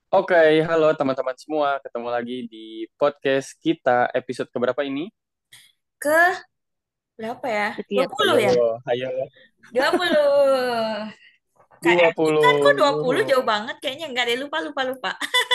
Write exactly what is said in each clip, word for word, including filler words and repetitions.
Oke, halo teman-teman semua. Ketemu lagi di podcast kita episode keberapa ini? Ke berapa ya? Dua Setiap puluh Ayo, ya? ayo. Dua puluh. dua Kayak kan kok dua puluh puluh. jauh banget kayaknya nggak deh, lupa lupa lupa.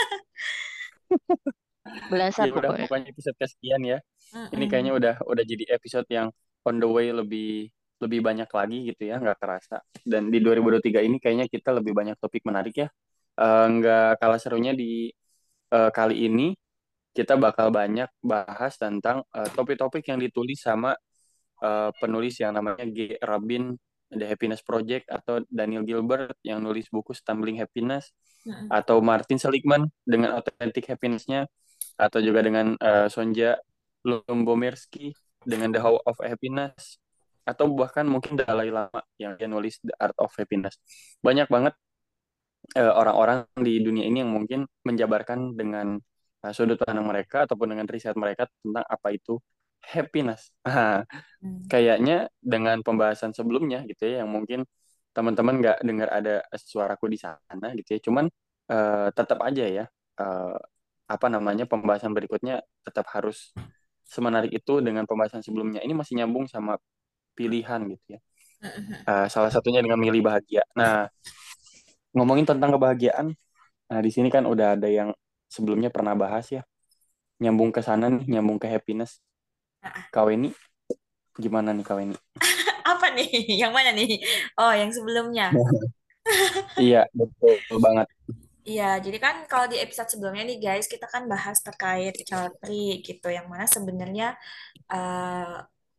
Ya belasan udah, pokoknya. pokoknya episode kesekian ya. Ini kayaknya Mm-mm. udah udah jadi episode yang on the way lebih lebih banyak lagi gitu ya, nggak kerasa. Dan di dua ribu dua puluh tiga ini kayaknya kita lebih banyak topik menarik ya. Eh, nggak kalah serunya di eh, kali ini kita bakal banyak bahas tentang eh, topik-topik yang ditulis sama eh, penulis yang namanya G. Rabin, The Happiness Project, atau Daniel Gilbert yang nulis buku Stumbling Happiness, Mm-mm. atau Martin Seligman dengan Authentic Happiness-nya, atau juga dengan eh, Sonja Lumbomirsky dengan The How of Happiness, atau bahkan mungkin Dalai Lama yang dia nulis The Art of Happiness. Banyak banget eh, orang-orang di dunia ini yang mungkin menjabarkan dengan eh, sudut pandang mereka ataupun dengan riset mereka tentang apa itu happiness. Nah, Mm. kayaknya dengan pembahasan sebelumnya gitu ya, yang mungkin teman-teman nggak dengar ada suaraku di sana gitu ya, cuman eh, tetap aja ya, eh, apa namanya, pembahasan berikutnya tetap harus semenarik itu dengan pembahasan sebelumnya. Ini masih nyambung sama pilihan gitu ya. Mm-mm. Eh, salah satunya dengan milih bahagia. Nah, ngomongin tentang kebahagiaan, nah di sini kan udah ada yang sebelumnya pernah bahas ya, nyambung ke sana nih, nyambung ke happiness. Kau ini gimana nih kau ini? Apa nih? Yang mana nih? Oh, yang sebelumnya. Iya, betul banget. Iya, jadi kan kalau di episode sebelumnya nih guys, kita kan bahas terkait child free gitu, yang mana sebenarnya eh,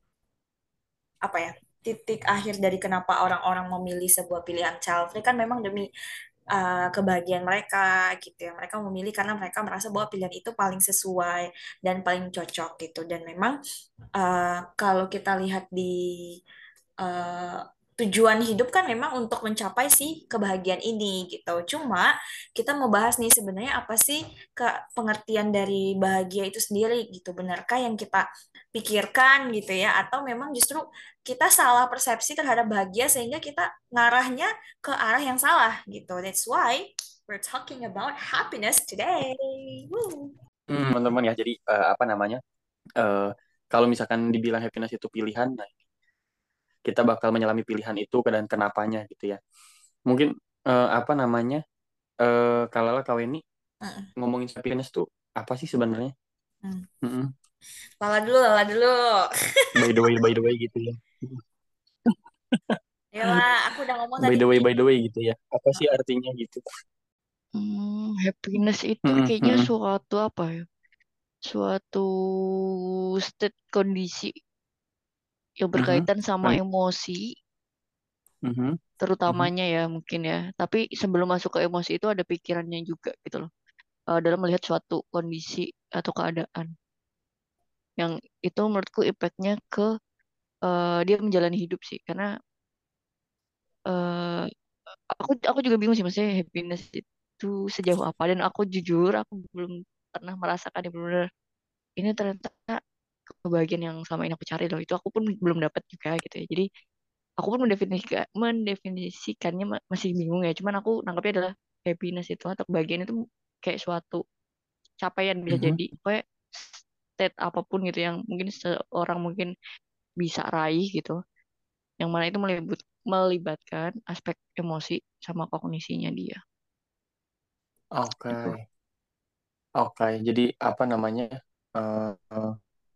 apa ya, titik akhir dari kenapa orang-orang memilih sebuah pilihan child free kan memang demi uh, kebahagiaan mereka gitu ya. Mereka memilih karena mereka merasa bahwa pilihan itu paling sesuai dan paling cocok gitu. Dan memang uh, kalau kita lihat di uh, tujuan hidup kan memang untuk mencapai si kebahagiaan ini gitu. Cuma kita mau bahas nih sebenarnya apa sih ke pengertian dari bahagia itu sendiri gitu. Benarkah yang kita pikirkan gitu ya, atau memang justru kita salah persepsi terhadap bahagia sehingga kita ngarahnya ke arah yang salah gitu. That's why we're talking about happiness today. Woo. Hmm, teman-teman ya, jadi eh, apa namanya? eh, Kalau misalkan dibilang happiness itu pilihan, nah kita bakal menyelami pilihan itu dan kenapanya gitu ya. Mungkin eh, apa namanya? Eh kalau kau ini Mm, ngomongin happiness tuh apa sih sebenarnya? mm. Mm-mm. Lala dulu, lala dulu. By the way, by the way gitu ya. Yalah, aku udah ngomong By tadi the way, nih. by the way gitu ya. Apa sih artinya gitu? Hmm, happiness itu Mm-mm, kayaknya mm-mm, suatu apa ya? Suatu state kondisi yang mhm, berkaitan sama mm, emosi, mhm, mhm. terutamanya ya mungkin ya. Tapi sebelum masuk ke emosi itu ada pikirannya juga gitu loh. Eh, dalam melihat suatu kondisi atau keadaan yang itu menurutku impactnya ke eh, dia menjalani hidup sih. Karena eh, aku aku juga bingung sih maksudnya happiness itu sejauh apa, dan aku jujur aku belum pernah merasakan yang benar ini ternyata kebahagiaan yang selama ini aku cari loh, itu aku pun belum dapat juga gitu ya. Jadi aku pun mendefinisikan mendefinisikannya ma- masih bingung ya, cuman aku nangkapnya adalah happiness itu atau kebahagiaan itu kayak suatu capaian, bisa Mhm. jadi kayak state apapun gitu yang mungkin seorang mungkin bisa raih gitu, yang mana itu melibut, melibatkan aspek emosi sama kognisinya dia Oke, gitu. oke. Jadi apa namanya? eh, eh,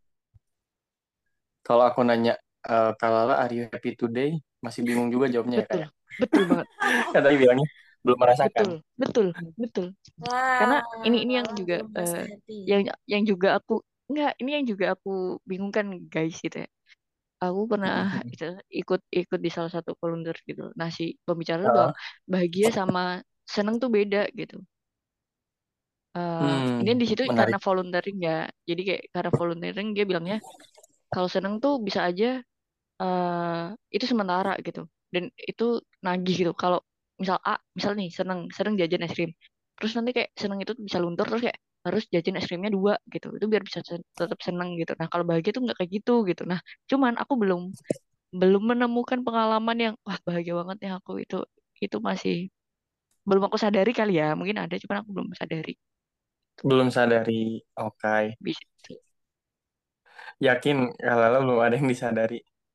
Kalau aku nanya, eh Kalala, are you happy today? Masih bingung juga jawabnya ya Betul, kayak. betul banget. Kan tadi bilangnya belum merasakan. Betul, betul, betul. Karena Wah, ini ini yang Lala juga belum eh, merasa happy. yang yang juga aku enggak, ini yang juga aku bingungkan guys gitu ya. Aku pernah Mhm. itu, ikut ikut di salah satu volunteer gitu. Nah, si pembicara tuh bilang Heeh. bahagia sama seneng tuh beda gitu. Eh, ini Hmm, di situ karena menarik. volunteering ya. Jadi kayak karena volunteering dia bilangnya kalau seneng tuh bisa aja eh itu sementara gitu, dan itu nagih gitu. Kalau misal A, misal nih seneng seneng jajan es krim, terus nanti kayak seneng itu bisa luntur, terus kayak harus jajan es krimnya dua gitu, itu biar bisa sen- tetap seneng gitu. Nah kalau bahagia tuh nggak kayak gitu gitu. Nah cuman aku belum belum menemukan pengalaman yang wah bahagia banget ya aku, itu itu masih belum aku sadari kali ya, mungkin ada cuman aku belum sadari. Belum sadari. Oke. Bisa. Yakin kalau belum ada yang disadari.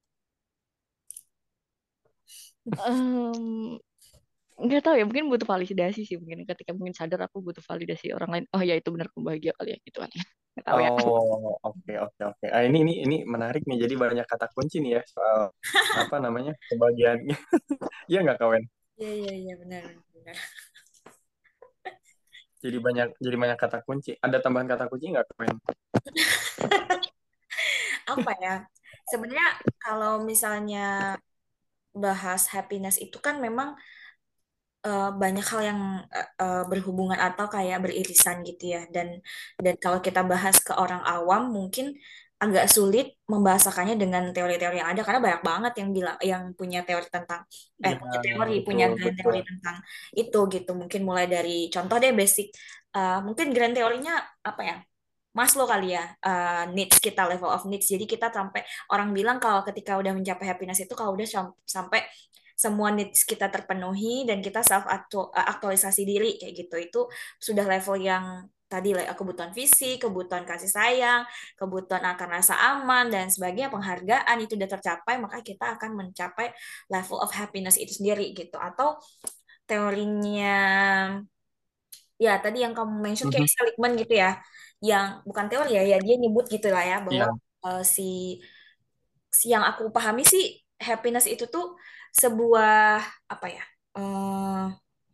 Em, nggak tahu ya, mungkin butuh validasi sih, mungkin ketika mungkin sadar aku butuh validasi orang lain, oh ya itu benar aku bahagia kali ya gitu kali ya, nggak tahu ya. Oh, oke, oke, oke. Ah, ini, ini, ini menarik nih. Jadi banyak kata kunci nih ya soal apa namanya kebahagiaannya. Iya nggak, kawan? Iya, iya, iya, benar, benar. Jadi banyak, jadi banyak kata kunci. Ada tambahan kata kunci nggak, kawan? Apa ya? Sebenarnya kalau misalnya bahas happiness itu kan memang eh, banyak hal yang eh, eh, berhubungan atau kayak beririsan gitu ya. Dan dan kalau kita bahas ke orang awam mungkin agak sulit membahasakannya dengan teori-teori yang ada karena banyak banget yang bilang yang punya teori tentang eh Iya, punya teori punya betul, grand betul. teori tentang itu gitu. Mungkin mulai dari contoh deh basic eh, mungkin grand teorinya apa ya? Maslow kali ya, eh, needs kita, level of needs. Jadi kita sampai orang bilang kalau ketika udah mencapai happiness itu kalau udah sam- sampai semua needs kita terpenuhi dan kita self aktualisasi diri kayak gitu. Itu sudah level yang tadi lah kebutuhan fisik, kebutuhan kasih sayang, kebutuhan akan rasa aman dan sebagainya, penghargaan itu udah tercapai, maka kita akan mencapai level of happiness itu sendiri gitu. Atau teorinya ya tadi yang kamu mention kayak Mhm. Seligman gitu ya, yang bukan teori ya, ya dia nyebut gitu lah ya bahwa Iya. eh, si si yang aku pahami sih happiness itu tuh sebuah apa ya eh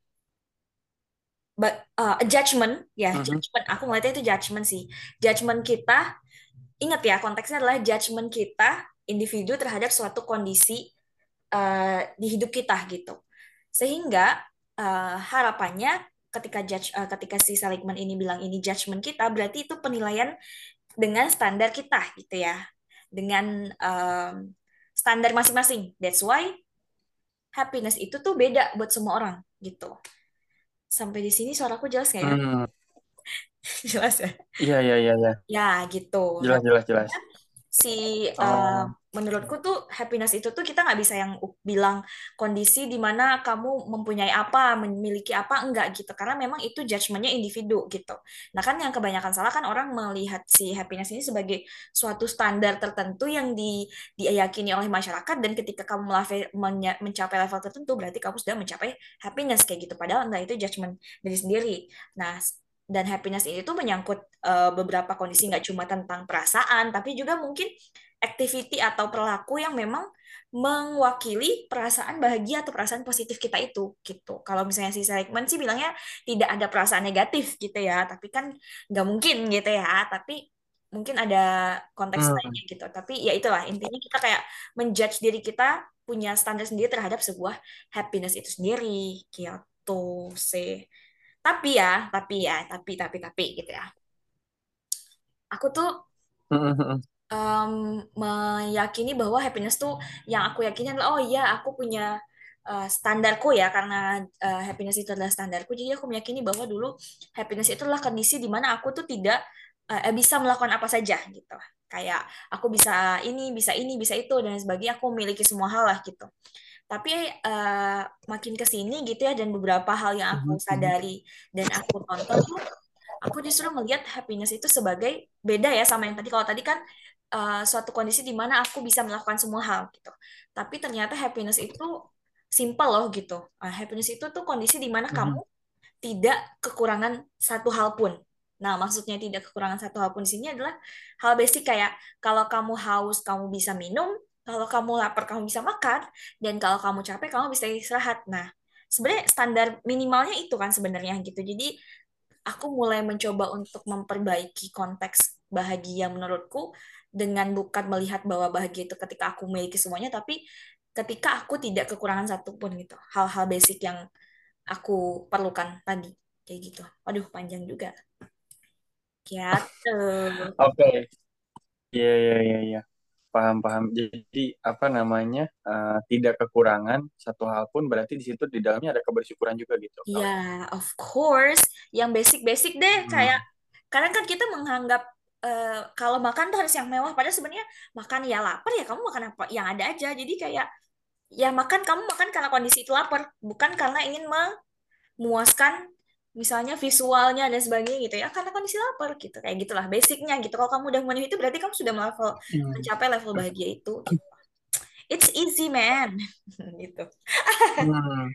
ba- eh, a judgment ya Mhm. judgment aku ngeliatnya itu judgment sih judgment kita ingat ya konteksnya adalah judgment kita individu terhadap suatu kondisi eh, di hidup kita gitu sehingga eh, harapannya ketika judge eh, ketika si Seligman ini bilang ini judgment kita berarti itu penilaian dengan standar kita gitu ya dengan em, standar masing-masing that's why happiness itu tuh beda buat semua orang gitu sampai di sini suaraku jelas nggak ya Hmm. jelas ya Iya, iya, iya, iya. ya gitu nah Jelas, jelas, jelas. si eh, Oh. menurutku tuh happiness itu tuh kita nggak bisa yang bilang kondisi di mana kamu mempunyai apa memiliki apa enggak gitu karena memang itu judgementnya individu gitu nah kan yang kebanyakan salah kan orang melihat si happiness ini sebagai suatu standar tertentu yang di diyakini oleh masyarakat dan ketika kamu melafe- menya- mencapai level tertentu berarti kamu sudah mencapai happiness kayak gitu padahal enggak itu judgement diri sendiri nah dan happiness ini tuh menyangkut eh, beberapa kondisi nggak cuma tentang perasaan, tapi juga mungkin activity atau perilaku yang memang mewakili perasaan bahagia atau perasaan positif kita itu gitu. Kalau misalnya si Seligman sih bilangnya tidak ada perasaan negatif gitu ya, tapi kan nggak mungkin gitu ya. Tapi mungkin ada konteks Hmm. lainnya gitu. Tapi ya itulah intinya kita kayak menjudge diri kita punya standar sendiri terhadap sebuah happiness itu sendiri gitu sih. Tapi ya, tapi ya, tapi tapi tapi gitu ya. Aku tuh Mhm, mhm. em, meyakini bahwa happiness tuh yang aku yakini adalah oh iya aku punya eh, standarku ya karena eh, happiness itu adalah standarku. Jadi aku meyakini bahwa dulu happiness itu adalah kondisi di mana aku tuh tidak eh, bisa melakukan apa saja gitu. Kayak aku bisa ini, bisa ini, bisa itu dan sebagainya. Aku memiliki semua hal lah gitu. Tapi eh, makin ke sini gitu ya dan beberapa hal yang aku Mhm, mhm. sadari dan aku tonton tuh aku justru melihat happiness itu sebagai beda ya sama yang tadi. Kalau tadi kan uh, suatu kondisi di mana aku bisa melakukan semua hal gitu. Tapi ternyata happiness itu simple loh gitu. Uh, happiness itu tuh kondisi di mana kamu Mhm. tidak kekurangan satu hal pun. Nah, maksudnya tidak kekurangan satu hal pun di sini adalah hal basic kayak kalau kamu haus, kamu bisa minum, kalau kamu lapar, kamu bisa makan, dan kalau kamu capek, kamu bisa istirahat. Nah, sebenarnya standar minimalnya itu kan sebenarnya gitu. Jadi aku mulai mencoba untuk memperbaiki konteks bahagia menurutku dengan bukan melihat bahwa bahagia itu ketika aku memiliki semuanya, tapi ketika aku tidak kekurangan satupun gitu. Hal-hal basic yang aku perlukan tadi. Kayak gitu. Waduh, panjang juga. Gitu. Oke. Iya, iya, iya, iya. Paham, paham. Jadi apa namanya? eh, tidak kekurangan satu hal pun berarti di situ di dalamnya ada kebersyukuran juga gitu, Iya, kawan. of course. Yang basic-basic deh, kayak Hmm. kadang kan kita menganggap eh, kalau makan tuh harus yang mewah, padahal sebenarnya makan ya lapar ya kamu makan apa yang ada aja. Jadi kayak ya makan kamu makan karena kondisi itu lapar, bukan karena ingin memuaskan misalnya visualnya dan sebagainya gitu ya karena kondisi lapar gitu kayak gitulah basicnya gitu kalau kamu udah memenuhi itu berarti kamu sudah level Hmm. mencapai level bahagia itu gitu. It's easy man gitu Hmm.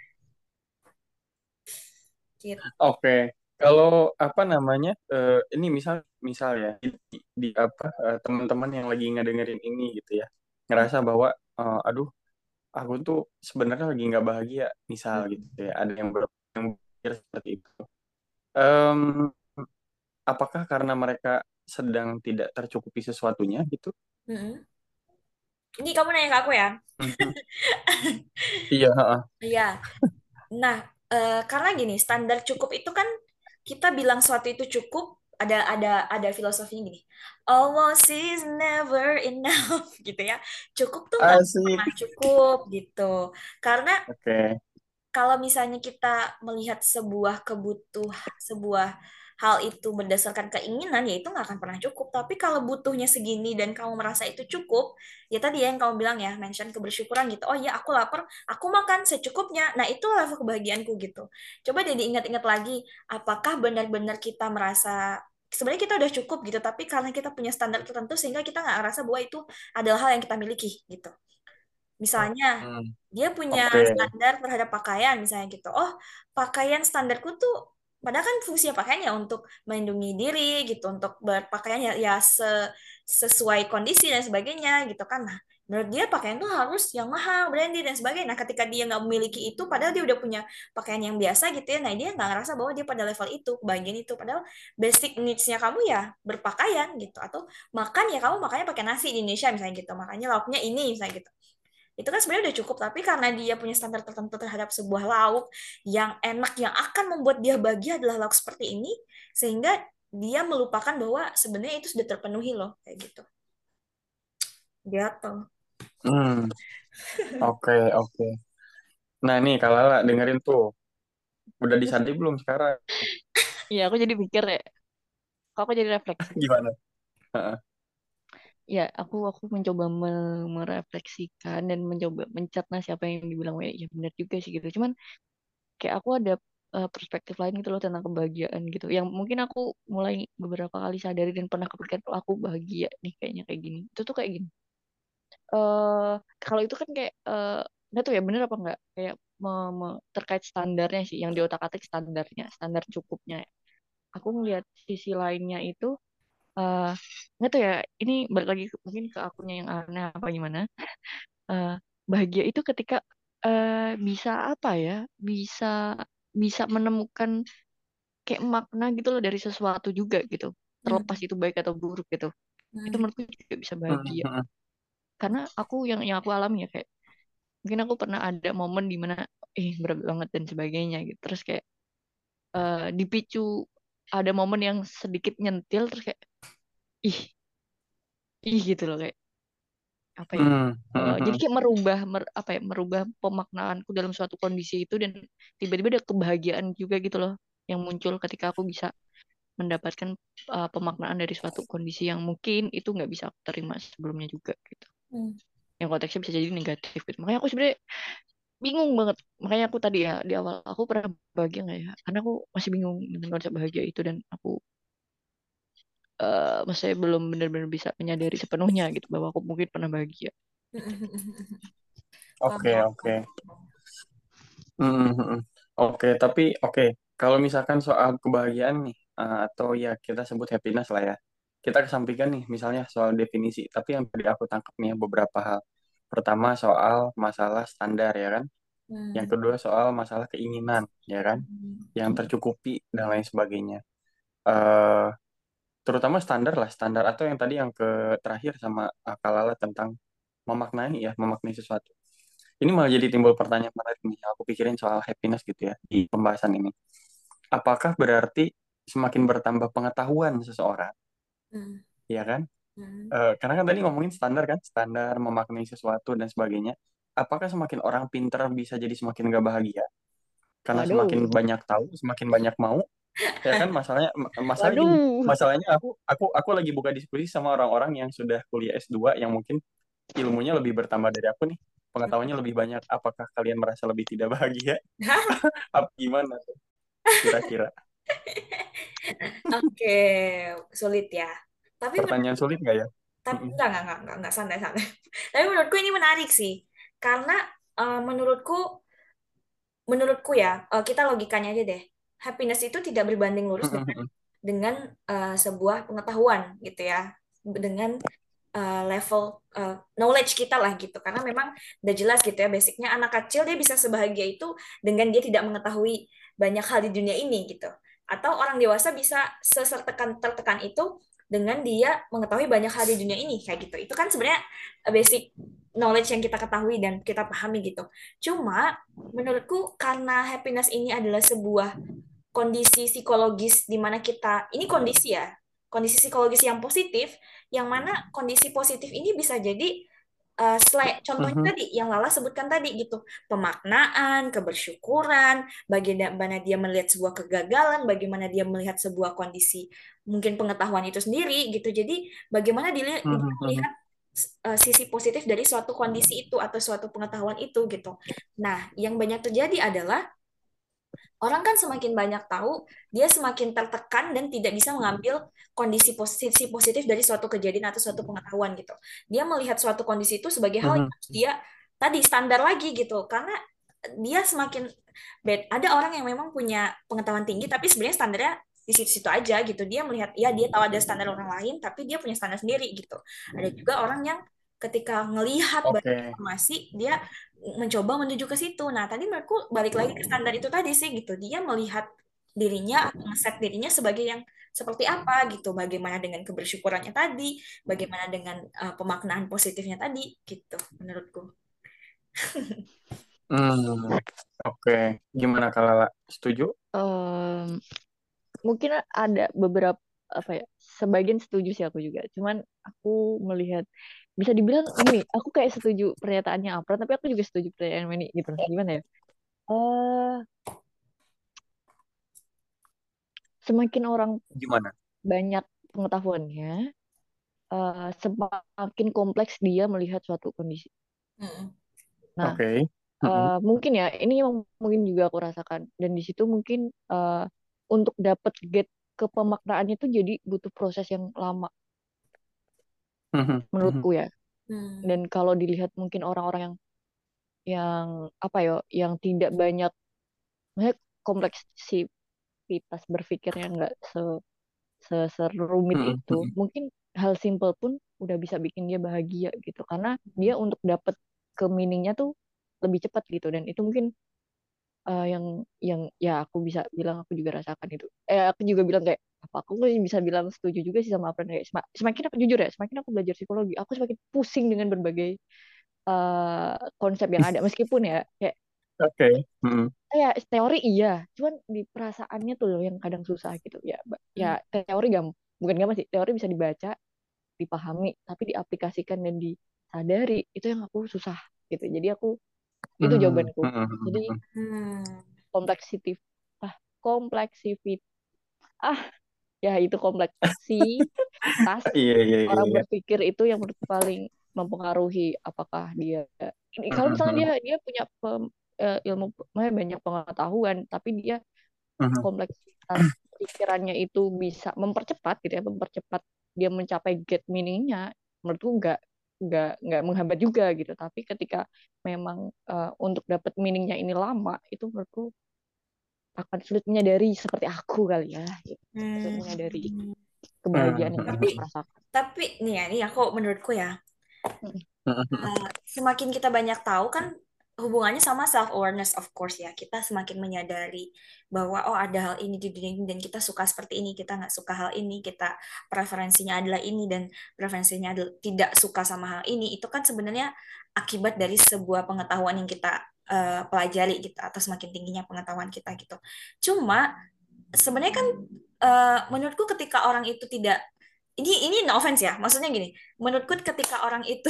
gitu. Oke, kalau apa namanya, eh, ini misal misal ya di, di- di apa eh, teman-teman yang lagi ngedengerin ini gitu ya, ngerasa bahwa eh, aduh aku tuh sebenarnya lagi nggak bahagia, misal gitu ya, ada yang ber yang berpikir seperti itu. Em, apakah karena mereka sedang tidak tercukupi sesuatunya gitu? Mm-mm. Ini kamu nanya ke aku ya. Mhm. Iya, heeh. Iya. Nah, eh, karena gini, standar cukup itu kan kita bilang suatu itu cukup ada ada ada filosofinya gini. Almost is never enough gitu ya. Cukup tuh nggak Asik. pernah cukup gitu. Karena Oke. kalau misalnya kita melihat sebuah kebutuh sebuah hal itu berdasarkan keinginan ya itu nggak akan pernah cukup tapi kalau butuhnya segini dan kamu merasa itu cukup ya tadi ya yang kamu bilang ya mention kebersyukuran gitu oh iya aku lapar aku makan secukupnya nah itu level kebahagiaanku gitu coba deh diingat-ingat lagi apakah benar-benar kita merasa sebenarnya kita udah cukup gitu tapi karena kita punya standar tertentu sehingga kita nggak ngerasa bahwa itu adalah hal yang kita miliki gitu. Misalnya, Hmm. dia punya Oke. standar terhadap pakaian, misalnya gitu. Oh, pakaian standarku tuh, padahal kan fungsinya pakaian ya untuk melindungi diri, gitu, untuk berpakaian ya, ya se- sesuai kondisi dan sebagainya, gitu kan. Nah, menurut dia pakaian tuh harus yang mahal, branded dan sebagainya. Nah, ketika dia nggak memiliki itu, padahal dia udah punya pakaian yang biasa gitu ya, nah dia nggak ngerasa bahwa dia pada level itu, bagian itu. Padahal basic needs-nya kamu ya berpakaian gitu, atau makan ya kamu makanya pakai nasi di Indonesia misalnya gitu, makanya lauknya ini misalnya gitu itu kan sebenarnya udah cukup tapi karena dia punya standar tertentu terhadap sebuah lauk yang enak yang akan membuat dia bahagia adalah lauk seperti ini sehingga dia melupakan bahwa sebenarnya itu sudah terpenuhi loh kayak gitu gitu. Hmm. Oke, oke. Nah nih kalau Lala dengerin tuh, udah disadari belum sekarang? Iya, aku jadi mikir ya. Kok aku jadi refleksi. Gimana? Heeh. Ya, aku aku mencoba me- merefleksikan dan mencoba mencerna siapa yang dibilang ya, ya benar juga sih gitu. Cuman kayak aku ada eh, perspektif lain gitu loh tentang kebahagiaan gitu. Yang mungkin aku mulai beberapa kali sadari dan pernah kepikiran kalau aku bahagia nih kayaknya kayak gini. Itu tuh kayak gini. Eh kalau itu kan kayak eh nggak tahu ya bener apa enggak kayak me- me- terkait standarnya sih yang di otak-atik standarnya, standar cukupnya. Aku ngelihat sisi lainnya itu eh nggak tahu ya ini balik lagi ke- mungkin ke akunya yang aneh apa gimana. Eh bahagia itu ketika eh bisa apa ya? Bisa bisa menemukan kayak makna gitu loh dari sesuatu juga gitu. Terlepas Hmm. itu baik atau buruk gitu. Itu Hmm. menurutku juga bisa Hmm, bahagia. hmm, Karena aku yang yang aku alami ya kayak mungkin aku pernah ada momen di mana eh berat banget dan sebagainya gitu. Terus kayak eh, dipicu ada momen yang sedikit nyentil terus kayak ih ih gitu loh kayak apa ya hmm, hmm, eh, jadi hmm. kayak merubah mer- apa ya merubah pemaknaanku dalam suatu kondisi itu dan tiba-tiba ada kebahagiaan juga gitu loh yang muncul ketika aku bisa mendapatkan uh, pemaknaan dari suatu kondisi yang mungkin itu nggak bisa aku terima sebelumnya juga gitu Hmm. yang konteksnya bisa jadi negatif gitu makanya aku sebenarnya bingung banget makanya aku tadi ya di awal aku pernah bahagia nggak ya karena aku masih bingung dengan konsep bahagia itu dan aku eh maksudnya belum benar-benar bisa menyadari sepenuhnya gitu bahwa aku mungkin pernah bahagia gitu. Paham, Oke, paham, oke. paham. Hmm, hmm, hmm. Oke, tapi oke. Kalau misalkan soal kebahagiaan nih, eh, atau ya kita sebut happiness lah ya. Kita kesampingkan nih, misalnya soal definisi. Tapi yang tadi aku tangkap nih ya, beberapa hal. Pertama soal masalah standar ya kan. Yang Hmm. kedua soal masalah keinginan ya kan. Yang Hmm. tercukupi dan lain sebagainya. Eh, terutama standar lah, standar atau yang tadi yang ke terakhir sama uh, Kalala tentang memaknai ya, memaknai sesuatu. Ini malah jadi timbul pertanyaan menarik nih, yang aku pikirin soal happiness gitu ya di pembahasan ini. Apakah berarti semakin bertambah pengetahuan seseorang, Hmm. ya kan? Hmm. Eh, karena kan tadi ngomongin standar kan, standar memaknai sesuatu dan sebagainya. Apakah semakin orang pinter bisa jadi semakin gak bahagia? Karena semakin Waduh, banyak tahu, semakin banyak mau, ya kan? Masalahnya, masalah gini, waduh, masalahnya aku, aku, aku lagi buka diskusi sama orang-orang yang sudah kuliah S dua yang mungkin ilmunya lebih bertambah dari aku nih. Pengetahuannya lebih banyak. Apakah kalian merasa lebih tidak bahagia? Apa gimana? kira-kira? Oke, sulit ya. Tapi men- Pertanyaan sulit nggak ya? tapi Mm-mm. enggak, enggak, enggak, enggak, enggak santai, santai. Tapi menurutku ini menarik sih. Karena eh, menurutku menurutku ya, eh, kita logikanya aja deh. Happiness itu tidak berbanding lurus dengan Mm-mm. dengan eh, sebuah pengetahuan gitu ya. Dengan eh, level eh, knowledge kita lah gitu. Karena memang udah jelas gitu ya, basicnya anak kecil dia bisa sebahagia itu dengan dia tidak mengetahui banyak hal di dunia ini gitu. Atau orang dewasa bisa sesertekan tertekan itu dengan dia mengetahui banyak hal di dunia ini kayak gitu. Itu kan sebenarnya eh, basic knowledge yang kita ketahui dan kita pahami gitu. Cuma menurutku karena happiness ini adalah sebuah kondisi psikologis di mana kita ini kondisi ya, kondisi psikologis yang positif, yang mana kondisi positif ini bisa jadi eh, selain contohnya Mhm. tadi yang Lala sebutkan tadi gitu, pemaknaan, kebersyukuran, bagaimana dia melihat sebuah kegagalan, bagaimana dia melihat sebuah kondisi mungkin pengetahuan itu sendiri gitu. Jadi bagaimana dia, dia Mhm. Mhm. melihat eh, sisi positif dari suatu kondisi itu atau suatu pengetahuan itu gitu. Nah, yang banyak terjadi adalah orang kan semakin banyak tahu, dia semakin tertekan dan tidak bisa mengambil kondisi posisi positif dari suatu kejadian atau suatu pengetahuan gitu. Dia melihat suatu kondisi itu sebagai hal yang Mhm. harus dia tadi standar lagi gitu. Karena dia semakin bad. Ada orang yang memang punya pengetahuan tinggi tapi sebenarnya standarnya di situ-situ aja gitu. Dia melihat ya dia tahu ada standar orang lain tapi dia punya standar sendiri gitu. Ada juga orang yang ketika ngelihat banyak Oke. informasi dia mencoba menuju ke situ. Nah, tadi menurutku balik lagi ke standar itu tadi sih gitu. Dia melihat dirinya atau ngeset dirinya sebagai yang seperti apa gitu. Bagaimana dengan kebersyukurannya tadi, bagaimana dengan uh, pemaknaan positifnya tadi gitu menurutku. Hmm. Oke. Gimana kalau Lala? Setuju? Em, mungkin ada beberapa apa ya, sebagian setuju sih aku juga. Cuman aku melihat bisa dibilang gini, aku kayak setuju pernyataannya Apra, tapi aku juga setuju pernyataannya Meni gitu. Gimana ya? eh Semakin orang Gimana? banyak pengetahuannya, eh, semakin kompleks dia melihat suatu kondisi. Mm-mm. Nah, Oke. Mhm. eh, mungkin ya ini yang mungkin juga aku rasakan. Dan di situ mungkin eh, untuk dapat get ke pemaknaannya itu jadi butuh proses yang lama Mhm. Mhm. menurutku ya. Hmm. Dan kalau dilihat mungkin orang-orang yang yang apa ya, yang tidak banyak, maksudnya kompleksitas berpikirnya nggak se, se- serumit Mhm. itu, Mhm. mungkin hal simple pun udah bisa bikin dia bahagia gitu. Karena dia untuk dapet ke meaningnya tuh lebih cepat gitu. Dan itu mungkin eh, yang yang ya aku bisa bilang aku juga rasakan itu. Eh aku juga bilang kayak apa aku bisa bilang setuju juga sih sama apa kayak sema- semakin aku jujur ya, semakin aku belajar psikologi, aku semakin pusing dengan berbagai eh, konsep yang ada meskipun ya kayak Oke. Mhm. ya teori iya, cuman di perasaannya tuh loh yang kadang susah gitu ya. Ba- Ya Hmm. teori gampang, bukan gampang sih, teori bisa dibaca, dipahami, tapi diaplikasikan dan disadari itu yang aku susah gitu. Jadi aku itu Mhm. jawabanku. Mhm. Jadi Mhm. Hmm. kompleksitif ah kompleksivitas ah ya itu kompleksitas Iya, iya, iya, orang iya. berpikir itu yang menurut paling mempengaruhi apakah dia ini kalau Mhm. misalnya Mhm. dia dia punya pem- eh, ilmu maksudnya banyak pengetahuan tapi dia Mhm. kompleksitas pikirannya itu bisa mempercepat gitu ya, mempercepat dia mencapai get meaningnya, menurutku nggak nggak nggak menghambat juga gitu. Tapi ketika memang eh, untuk dapat meaningnya ini lama, itu menurutku akan sulit menyadari seperti aku kali ya gitu. Sulit Hmm. menyadari Mhm. kebahagiaan yang Tapi aku rasakan. tapi nih ya, nih aku menurutku ya, Mm, Mhm. eh, semakin kita banyak tahu kan hubungannya sama self awareness of course ya. Kita semakin menyadari bahwa oh ada hal ini di dunia ini dan kita suka seperti ini, kita nggak suka hal ini, kita preferensinya adalah ini dan preferensinya adalah tidak suka sama hal ini. Itu kan sebenarnya akibat dari sebuah pengetahuan yang kita eh, pelajari gitu atau semakin tingginya pengetahuan kita gitu. Cuma sebenarnya kan eh, menurutku ketika orang itu tidak ini ini no offense ya, maksudnya gini, menurutku ketika orang itu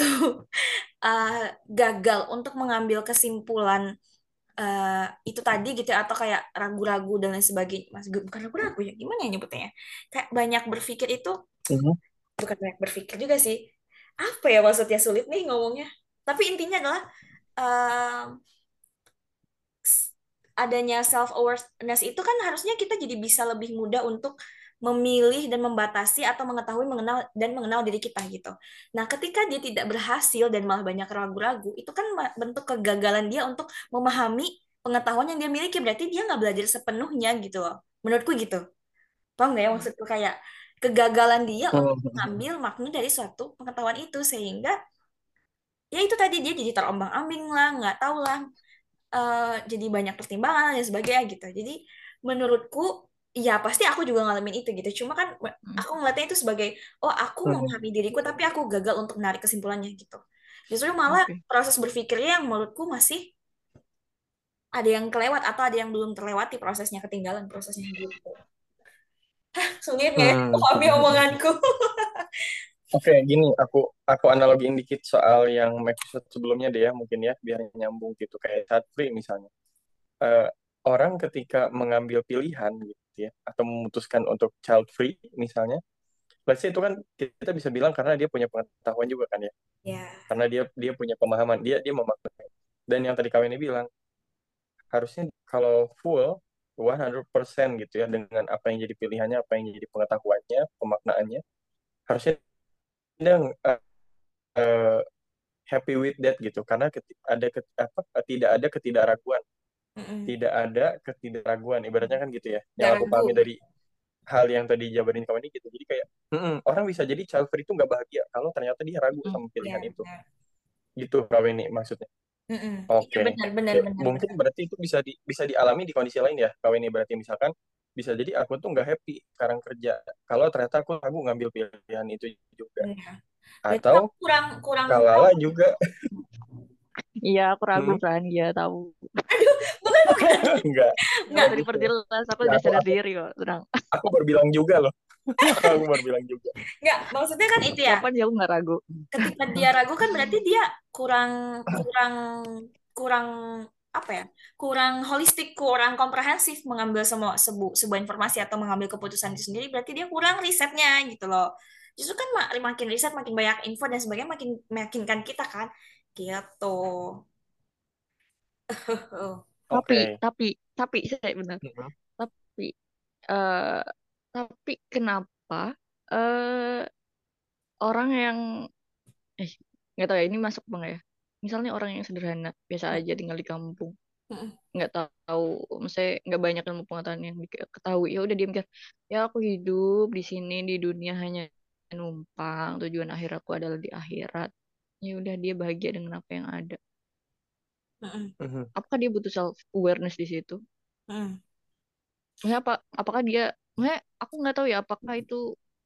eh, gagal untuk mengambil kesimpulan eh, itu tadi gitu ya, atau kayak ragu-ragu dan lain sebagainya, mas bukan ragu-ragu ya, gimana ya nyebutnya ya, kayak banyak berpikir itu Mhm. bukan banyak berpikir juga sih, apa ya maksudnya sulit nih ngomongnya, tapi intinya adalah eh, adanya self awareness itu kan harusnya kita jadi bisa lebih mudah untuk memilih dan membatasi atau mengetahui mengenal dan mengenal diri kita gitu. Nah, ketika dia tidak berhasil dan malah banyak ragu-ragu, itu kan ma- bentuk kegagalan dia untuk memahami pengetahuan yang dia miliki. Berarti dia nggak belajar sepenuhnya gitu loh. Menurutku gitu. Paham nggak ya maksudku kayak kegagalan dia untuk Hmm. mengambil makna dari suatu pengetahuan itu sehingga ya itu tadi dia jadi terombang-ambing lah, nggak tahu lah, eh, jadi banyak pertimbangan dan sebagainya gitu. Jadi menurutku ya pasti aku juga ngalamin itu gitu. Cuma kan Hmm. aku ngeliatnya itu sebagai oh aku Hmm. memahami diriku tapi aku gagal untuk menarik kesimpulannya gitu. Justru malah Oke. proses berpikirnya yang menurutku masih ada yang kelewat atau ada yang belum terlewati prosesnya ketinggalan prosesnya gitu. Sulit nggak ya Hmm. memahami omonganku? Oke, gini, aku aku analogiin dikit soal yang episode sebelumnya deh ya, mungkin ya, biar nyambung gitu. Kayak child free misalnya. Eh, Orang ketika mengambil pilihan gitu ya, atau memutuskan untuk child free misalnya, let's say itu kan kita bisa bilang karena dia punya pengetahuan juga kan ya, Ya. karena dia dia punya pemahaman, dia dia memaknai. Dan yang tadi kawin ini bilang, harusnya kalau full seratus persen gitu ya, dengan apa yang jadi pilihannya, apa yang jadi pengetahuannya, pemaknaannya, harusnya dia eh, eh, happy with that gitu karena keti- ada ket- apa tidak ada ketidakraguan, Mm-mm. tidak ada ketidakraguan ibaratnya kan gitu ya, yang Gak aku ragu. pahami dari hal yang tadi jabarin kawan ini gitu. Jadi kayak mm-mm, orang bisa jadi child free itu nggak bahagia kalau ternyata dia ragu Hmm. sama Ya, pilihan itu, benar. gitu kawan ini maksudnya. Mm-mm. Iya Oke. benar benar Ya, benar mungkin benar. berarti itu bisa di, bisa dialami di kondisi lain ya kawan ini, berarti misalkan bisa jadi aku tuh nggak happy sekarang kerja kalau ternyata aku ragu ngambil pilihan itu juga, Benar. Berarti atau kamu kurang kurang tahu. kalala juga. Iya, aku ragu Hmm? kan. Iya, tahu. Bukan bukan. Enggak, Gak Nggak. usah gitu. diperjelas. Aku Ya, udah aku, sadar aku diri kok. Tenang. aku baru bilang juga loh. Aku baru bilang juga. Nggak. Maksudnya kan itu ya. Kapan sih aku nggak ragu? Ketika dia ragu kan berarti dia kurang kurang kurang apa ya? Kurang holistik, kurang komprehensif mengambil semua sebu, sebuah informasi atau mengambil keputusan itu sendiri. Berarti dia kurang risetnya gitu loh. Justru kan mak- makin riset, makin banyak info dan sebagainya, makin meyakinkan kita kan. Gitu. Tapi, Oke. tapi, tapi, saya benar. Mhm. Tapi, eh tapi kenapa eh orang yang, eh, nggak tahu ya, ini masuk bang ya? Misalnya orang yang sederhana, biasa aja tinggal di kampung, nggak tahu, maksudnya nggak banyak ilmu pengetahuan yang diketahui. Ya udah dia mikir, ya aku hidup di sini di dunia hanya numpang, tujuan akhir aku adalah di akhirat. Ya udah dia bahagia dengan apa yang ada. Mhm. Apakah dia butuh self awareness di situ? Maksudnya apa? Apakah dia, maksudnya aku nggak tahu ya, apakah itu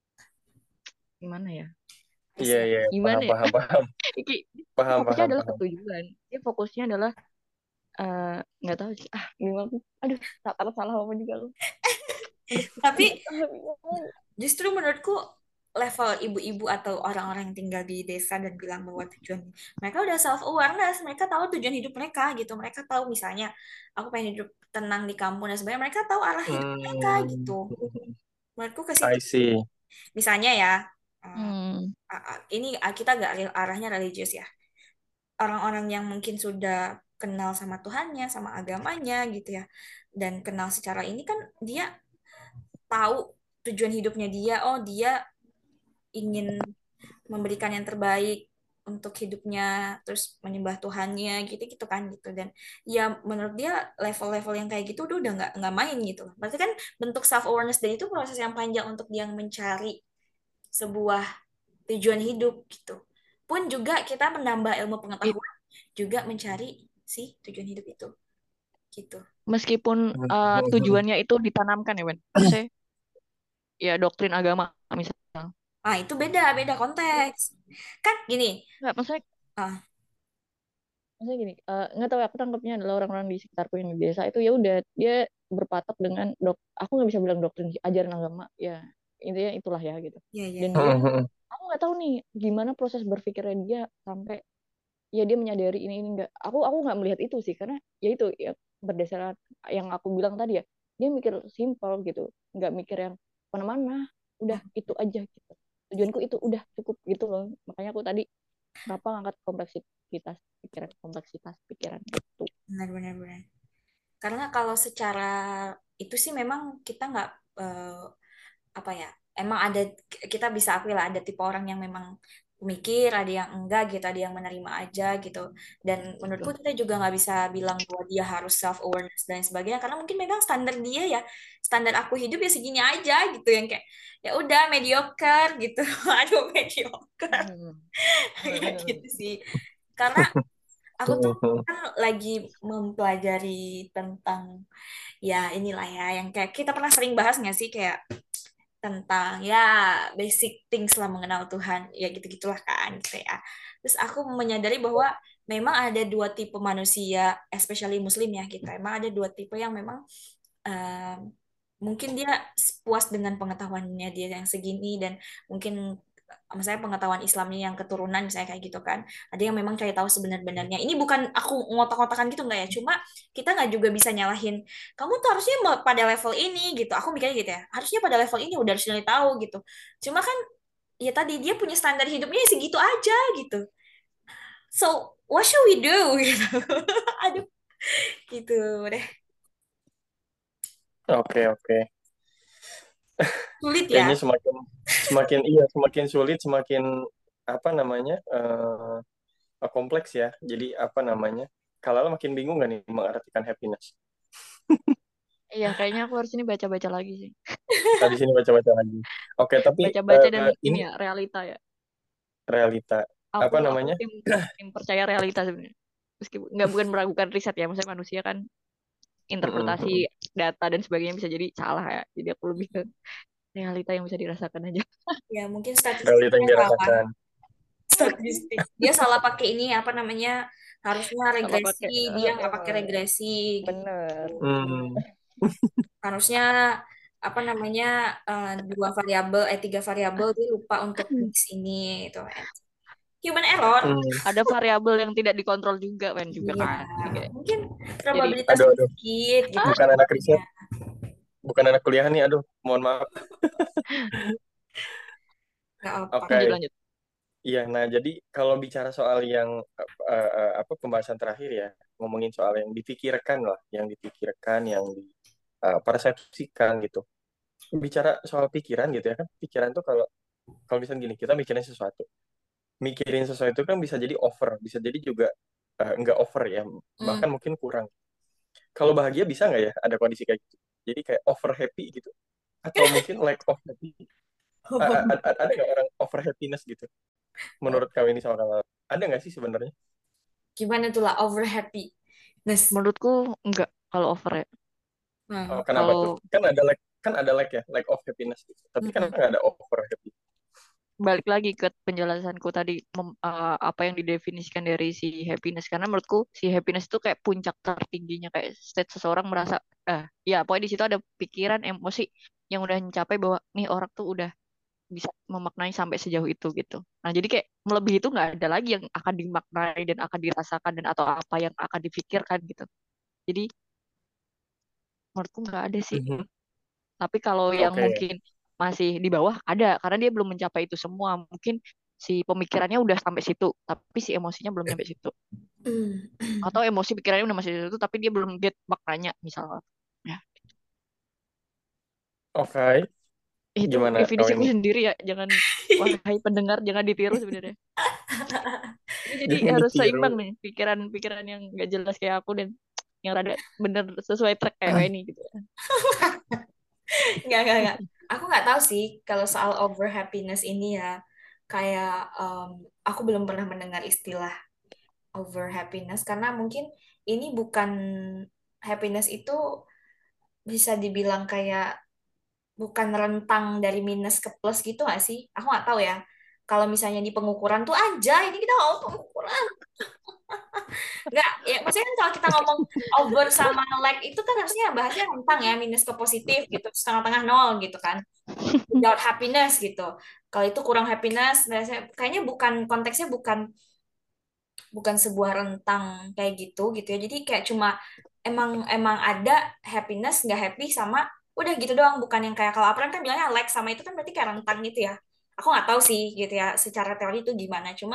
gimana ya? Iya, iya, Gimana paham, ya? paham, paham, Iki, dia paham, fokusnya paham, adalah paham. ketujuan. Dia fokusnya adalah eh, nggak tahu sih. Ah, gimana? Aduh, tak tahu salah apa juga lu. Aduh, Tapi ah, bingung. justru menurutku level ibu-ibu atau orang-orang yang tinggal di desa dan bilang bahwa tujuan mereka udah self awareness, mereka tahu tujuan hidup mereka gitu. Mereka tahu misalnya aku pengen hidup tenang di kampung dan sebagainya. Mereka tahu arah hidup mereka gitu. Hmm. Menurutku ke situ. I see. Misalnya ya, eh, Hmm. a- a- ini a- kita agak re- arahnya religius ya. Orang-orang yang mungkin sudah kenal sama Tuhannya, sama agamanya gitu ya, dan kenal secara ini kan dia tahu tujuan hidupnya dia. Oh, dia ingin memberikan yang terbaik untuk hidupnya, terus menyembah Tuhannya gitu gitu kan gitu. Dan ya menurut dia level-level yang kayak gitu udah udah nggak nggak main gitu. Berarti kan bentuk self awareness dan itu proses yang panjang untuk dia mencari sebuah tujuan hidup gitu. Pun juga kita menambah ilmu It- pengetahuan juga mencari si tujuan hidup itu gitu. Meskipun eh, tujuannya itu ditanamkan ya, Ben. Maksudnya ya doktrin agama misalnya. Ah, itu beda, beda konteks. Kan gini, Nggak, maksudnya ah, maksudnya gini, eh, nggak tahu ya, aku tangkapnya adalah orang-orang di sekitarku yang di desa itu ya udah dia berpatok dengan dok, aku nggak bisa bilang doktrin sih, ajaran agama ya, intinya itulah ya gitu. ya ya Dan ya. dia, aku nggak tahu nih gimana proses berpikirnya dia sampai ya dia menyadari ini ini nggak. Aku aku nggak melihat itu sih karena ya itu ya berdasarkan yang aku bilang tadi ya, dia mikir simpel gitu, nggak mikir yang mana-mana, udah itu aja gitu. Tujuanku itu udah cukup gitu loh. Makanya aku tadi kenapa ngangkat kompleksitas pikiran, kompleksitas pikiran itu. Benar benar benar. Karena kalau secara itu sih memang kita nggak eh, apa ya, emang ada, kita bisa akui lah ada tipe orang yang memang mikir, ada yang enggak gitu, ada yang menerima aja gitu. Dan menurutku Betul. kita juga nggak bisa bilang bahwa dia harus self awareness dan sebagainya, karena mungkin memang standar dia ya, standar aku hidup ya segini aja gitu, yang kayak ya udah mediocre gitu. Aduh, mediocre Hmm. kayak gitu sih. Karena aku tuh kan lagi mempelajari tentang, ya inilah ya, yang kayak kita pernah sering bahas nggak sih, kayak tentang ya basic things lah mengenal Tuhan, ya gitu-gitulah kan gitu ya. Terus aku menyadari bahwa memang ada dua tipe manusia, especially Muslim ya, kita emang ada dua tipe yang memang eh, mungkin dia puas dengan pengetahuannya dia yang segini, dan mungkin misalnya pengetahuan Islamnya yang keturunan misalnya kayak gitu kan, ada yang memang cari tahu sebenar-benarnya. Ini bukan aku ngotak-ngotakan gitu nggak ya, cuma kita nggak juga bisa nyalahin kamu tuh harusnya mau pada level ini gitu, aku mikirnya gitu ya, harusnya pada level ini udah harus nilai tahu gitu. Cuma kan ya tadi dia punya standar hidupnya segitu aja gitu, so what should we do gitu. Aduh, gitu deh, Oke, oke. sulit Kayaknya ya. semakin semakin iya semakin sulit, semakin apa namanya eh, kompleks ya. Jadi apa namanya? Kalau makin bingung nggak nih mengartikan happiness? Iya, kayaknya aku harus ini baca-baca lagi sih. Nah, di sini baca-baca lagi. Oke, tapi Baca-baca dan eh, ini ini ya, realita ya. realita Aku apa aku namanya? tim tim percaya realita sebenarnya. Meskipun nggak, bukan meragukan riset ya, maksudnya manusia kan Mm-mm, interpretasi mm-mm. data dan sebagainya bisa jadi salah ya. Jadi aku lebih ke realita yang bisa dirasakan aja. Ya mungkin Realita statistiknya yang salah, dirasakan. statistik dia salah pakai ini apa namanya, harusnya Salah regresi, pakai. dia Eh, nggak pakai eh, regresi gitu. bener. Hmm, Harusnya apa namanya, eh, dua variabel eh tiga variabel dia lupa untuk mix ini itu, human error. hmm. Ada variabel yang tidak dikontrol juga kan juga Iya, kan. Jadi kayak mungkin jadi probabilitasnya Aduh, aduh. sedikit gitu Bukan anak jatuhnya. riset, bukan anak kuliah nih. Aduh, mohon maaf. Nggak apa. lanjut Oke. lanjut. Iya, nah jadi kalau bicara soal yang eh, eh, apa pembahasan terakhir ya, ngomongin soal yang dipikirkan lah, yang dipikirkan, yang dipersepsikan gitu. Bicara soal pikiran gitu ya kan, pikiran tuh kalau kalau misalnya gini, kita mikirin sesuatu, mikirin sesuatu kan bisa jadi over, bisa jadi juga eh, nggak over ya, Hmm. bahkan mungkin kurang. Kalau bahagia bisa nggak ya ada kondisi kayak gitu? Jadi kayak over happy gitu, atau mungkin lack of happy. A- a- a- Ada nggak orang over happiness gitu? Menurut kau ini sama kamu, ada nggak sih sebenarnya? Gimana tuh lah over happy? Nes. Menurutku enggak kalau over ya. Oh, Hmm. kenapa tuh? Kalau Kan ada lack, kan ada lack ya, lack of happiness gitu. Tapi kan Mm-mm. nggak ada over happy. balik lagi ke penjelasanku tadi, mem- eh, apa yang didefinisikan dari si happiness, karena menurutku si happiness itu kayak puncak tertingginya, kayak state seseorang merasa ah ya pokoknya di situ ada pikiran emosi yang udah mencapai bahwa nih orang tuh udah bisa memaknai sampai sejauh itu gitu. Nah jadi kayak melebihi itu nggak ada lagi yang akan dimaknai dan akan dirasakan dan atau apa yang akan dipikirkan gitu. Jadi menurutku nggak ada sih. Mhm. Tapi kalau yang Oke. mungkin masih di bawah ada, karena dia belum mencapai itu semua. Mungkin si pemikirannya udah sampai situ, tapi si emosinya belum nyampe situ. Hmm. Atau emosi pikirannya udah masih di situ, tapi dia belum get maknanya, misalnya. Ya, Oke. itu Gimana kau definisiku ini? sendiri ya. Jangan, wahai pendengar, jangan ditiru sebenarnya. Ini jadi Jangan harus ditiru. seimbang nih, pikiran-pikiran yang gak jelas kayak aku dan yang rada bener sesuai track kayak ini gitu. Nggak, nggak, nggak. Aku nggak tahu sih kalau soal over happiness ini ya. Kayak em, aku belum pernah mendengar istilah over happiness, karena mungkin ini bukan, happiness itu bisa dibilang kayak bukan rentang dari minus ke plus gitu nggak sih? Aku nggak tahu ya. Kalau misalnya di pengukuran tuh aja, ini kita ngomong pengukuran. Nggak, ya maksudnya kan kalau kita ngomong over sama like itu kan harusnya bahasnya rentang ya, minus ke positif gitu, setengah-tengah nol gitu kan. Without happiness gitu. Kalau itu kurang happiness, biasanya kayaknya bukan konteksnya, bukan bukan sebuah rentang kayak gitu gitu ya. Jadi kayak cuma emang emang ada happiness nggak happy sama udah gitu doang, bukan yang kayak kalau Apren kan bilangnya like sama itu kan berarti kayak rentang gitu ya. Aku nggak tahu sih gitu ya secara teori itu gimana. Cuma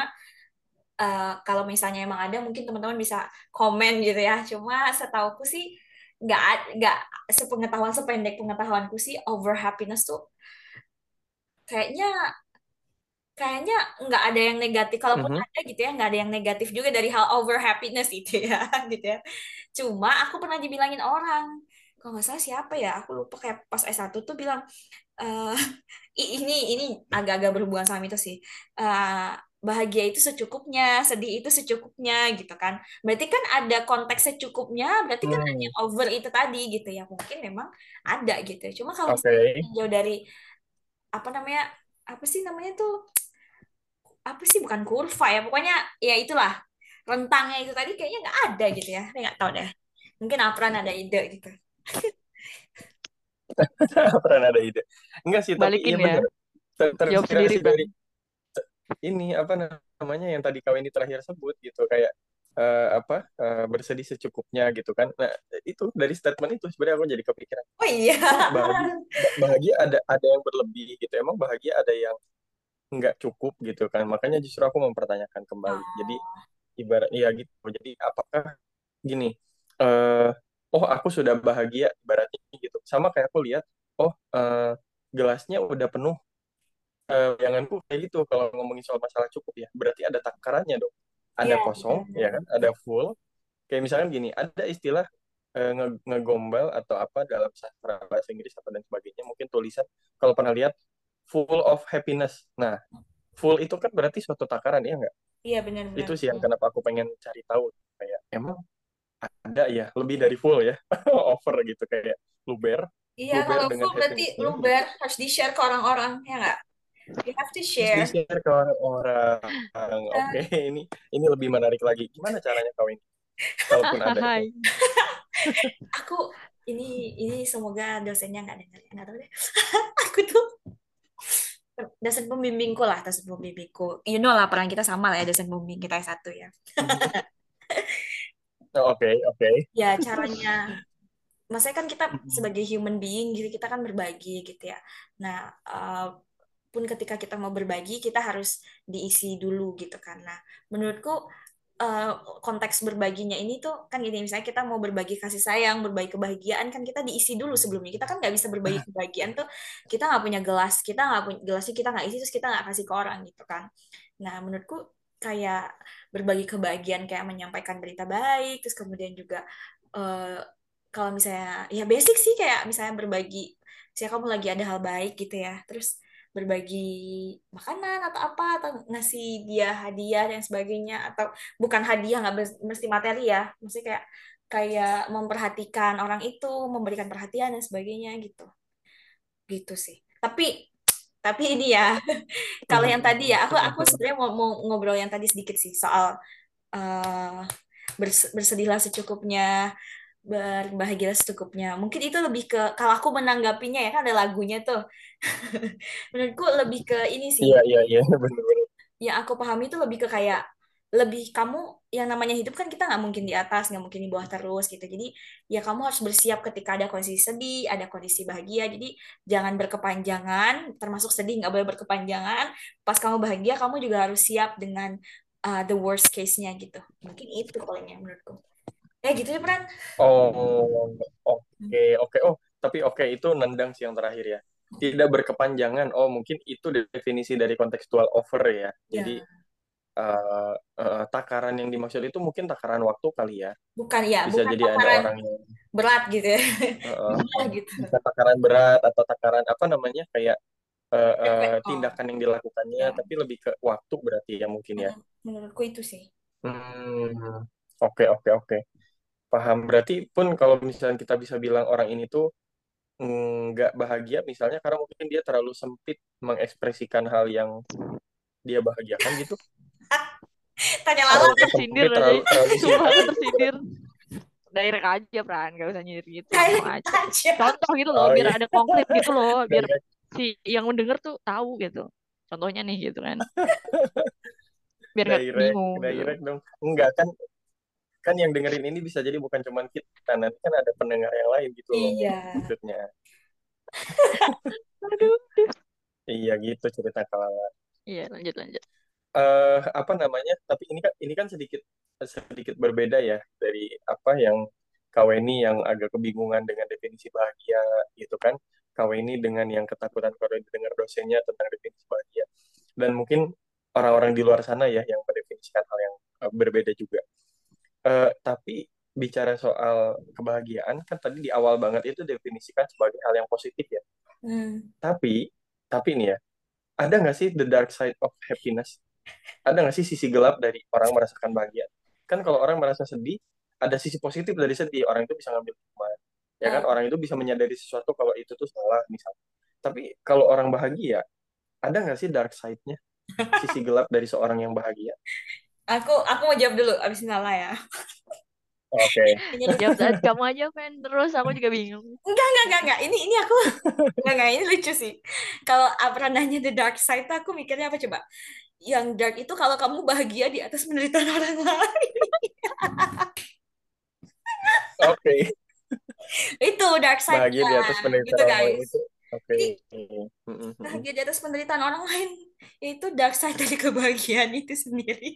eh, kalau misalnya emang ada mungkin teman-teman bisa komen gitu ya. Cuma setauku sih nggak ad- nggak sepengetahuan sependek pengetahuanku sih over happiness tuh kayaknya kayaknya nggak ada yang negatif. Kalaupun Mhm. ada gitu ya, nggak ada yang negatif juga dari hal over happiness itu ya, gitu ya. Cuma aku pernah dibilangin orang, kalau nggak salah siapa ya, aku lupa kayak pas S satu tuh bilang, eh i- ini ini agak-agak berhubungan sama itu sih. Eh, bahagia itu secukupnya, sedih itu secukupnya gitu kan. Berarti kan ada konteks secukupnya, berarti kan ada Hmm, yang over itu tadi gitu ya. Mungkin memang ada gitu. Cuma kalau oke. misalnya jauh dari apa namanya, apa sih namanya tuh apa sih bukan kurva ya pokoknya ya itulah rentangnya itu tadi kayaknya nggak ada gitu ya saya nggak tahu deh mungkin Apran ada ide gitu. Pernah ada ide. Enggak sih, tapi iya Balikin ya. bener. Ter- Jawab sendiri, Terinspirasi Bang. dari ini apa namanya yang tadi kau ini terakhir sebut gitu kayak eh, apa eh, bersedih secukupnya gitu kan. Nah, itu dari statement itu sebenarnya aku jadi kepikiran. Oh iya. Emang bahagia bahagia ada ada yang berlebih gitu. Emang bahagia ada yang nggak cukup gitu kan. Makanya justru aku mempertanyakan kembali. Jadi Oh, ibarat ya gitu. Jadi apakah gini eh oh aku sudah bahagia ibaratnya gitu. Sama kayak aku lihat oh eh, gelasnya udah penuh. Eh, bayanganku kayak gitu kalau ngomongin soal masalah cukup ya berarti ada takarannya dong, iya ada benar kosong benar ya kan, benar. ada full. Kayak misalkan gini, ada istilah eh, nge- ngegombal atau apa dalam sastra bahasa Inggris apa dan sebagainya, mungkin tulisan kalau pernah lihat full of happiness. Nah, full itu kan berarti suatu takaran ya nggak? Iya benar benar. Itu sih yang kenapa aku pengen cari tahu kayak emang ada ya lebih dari full ya over gitu kayak luber Iya luber kalau dengan full berarti happinessnya luber gitu, harus di share ke orang-orang ya nggak you have to terus share. di-share ke orang-orang. Oke, Nah, ini ini lebih menarik lagi. Gimana caranya kau ini? Kalaupun ada itu. Hai. aku ini ini semoga dosennya nggak dengar ya, nggak tahu deh. Aku tuh dosen pembimbingku lah dosen pembimbingku you know lah peran kita sama lah ya dosen pembimbing kita S satu ya. Mhm. Oh, oke, oke. Ya caranya maksudnya kan kita Mhm. sebagai human being gitu kita kan berbagi gitu ya. Nah, eh, pun ketika kita mau berbagi kita harus diisi dulu gitu kan. Nah, menurutku eh, konteks berbaginya ini tuh kan gini misalnya kita mau berbagi kasih sayang, berbagi kebahagiaan kan kita diisi dulu sebelumnya. Kita kan nggak bisa berbagi kebahagiaan tuh kita nggak punya gelas, kita nggak punya gelasnya kita nggak isi terus kita nggak kasih ke orang gitu kan. Nah, menurutku kayak berbagi kebahagiaan kayak menyampaikan berita baik terus kemudian juga eh, kalau misalnya ya basic sih kayak misalnya berbagi misalnya kamu lagi ada hal baik gitu ya terus berbagi makanan atau apa atau ngasih dia hadiah dan sebagainya atau bukan hadiah nggak bes- mesti materi ya maksudnya kayak kayak memperhatikan orang itu memberikan perhatian dan sebagainya gitu gitu sih tapi tapi ini ya kalau yang tadi ya aku aku sebenarnya mau, mau ngobrol yang tadi sedikit sih soal eh, bers- bersedihlah secukupnya berbahagialah secukupnya. Mungkin itu lebih ke kalau aku menanggapinya ya kan ada lagunya tuh. Menurutku lebih ke ini sih. Iya, iya, iya, benar-benar. Yang aku pahami itu lebih ke kayak lebih kamu yang namanya hidup kan kita nggak mungkin di atas, nggak mungkin di bawah terus gitu. Jadi ya kamu harus bersiap ketika ada kondisi sedih, ada kondisi bahagia. Jadi jangan berkepanjangan, termasuk sedih nggak boleh berkepanjangan. Pas kamu bahagia, kamu juga harus siap dengan uh, the worst case-nya gitu. Mungkin itu paling yang menurutku. Ya gitu ya, Pran. Oh, oke, oke. Oh, tapi oke itu nendang sih yang terakhir ya. Tidak berkepanjangan. Oh, mungkin itu definisi dari kontekstual over ya. Jadi Ya, eh, eh, takaran yang dimaksud itu mungkin takaran waktu kali ya. bukan ya, Bisa bukan jadi ada takaran orang yang berat gitu ya. eh, Gila gitu. bisa takaran berat atau takaran apa namanya kayak eh, eh, Oh, tindakan yang dilakukannya, ya. tapi lebih ke waktu berarti ya mungkin ya. Mm, menurutku itu sih. Hmm, oke, oke, oke. Paham. Berarti pun kalau misalnya kita bisa bilang orang ini tuh nggak bahagia, misalnya karena mungkin dia terlalu sempit mengekspresikan hal yang dia bahagiakan gitu. Tanya Lala. Terlalu Aku tersindir sempit, aja. terlalu terlalu Sumpah singkat aku gitu. tersindir. Direct aja, Pran. Gak usah nyindir gitu. Langsung Direct aja. aja. Contoh gitu loh, Oh biar iya, ada konkret gitu loh. Biar direct. si yang mendengar tuh tahu gitu. Contohnya nih gitu kan. Biar nggak Direct, bingung gitu. direct dong. Enggak kan, kan yang dengerin ini bisa jadi bukan cuma kita, nanti kan ada pendengar yang lain gitu loh Iya. maksudnya. Aduh. Iya gitu cerita kalau Iya, lanjut lanjut. eh apa namanya? Tapi ini kan ini kan sedikit sedikit berbeda ya dari apa yang Kak Weni yang agak kebingungan dengan definisi bahagia gitu kan. Kak Weni dengan yang ketakutan kalau dengar dosennya tentang definisi bahagia. Dan mungkin orang-orang di luar sana ya yang mendefinisikan hal yang uh, berbeda juga. Uh, tapi bicara soal kebahagiaan kan tadi di awal banget itu definisikan sebagai hal yang positif ya. Hmm. Tapi tapi nih ya, ada nggak sih the dark side of happiness? Ada nggak sih sisi gelap dari orang merasakan bahagia? Kan kalau orang merasa sedih, ada sisi positif dari sedih. Orang itu bisa ngambil hikmah. Ya kan, Ah, orang itu bisa menyadari sesuatu kalau itu tuh salah, misalnya. Tapi kalau orang bahagia, ada nggak sih dark side-nya? Sisi gelap dari seorang yang bahagia? aku aku mau jawab dulu abis Nala ya. Oke. Ini lucu. Jawab saat kamu aja, Fen. Terus aku juga bingung. Enggak, enggak, enggak, enggak. Ini ini aku enggak, enggak, ini lucu sih. Kalau apa nanya the dark side tuh aku mikirnya apa coba? Yang dark itu kalau kamu bahagia di atas penderitaan orang lain. Oke. Itu dark Bahagia di side-nya atas penderitaan gitu, orang lain guys. itu. Oke. Jadi Mm-mm. bahagia di atas penderitaan orang lain itu dark side dari kebahagiaan itu sendiri.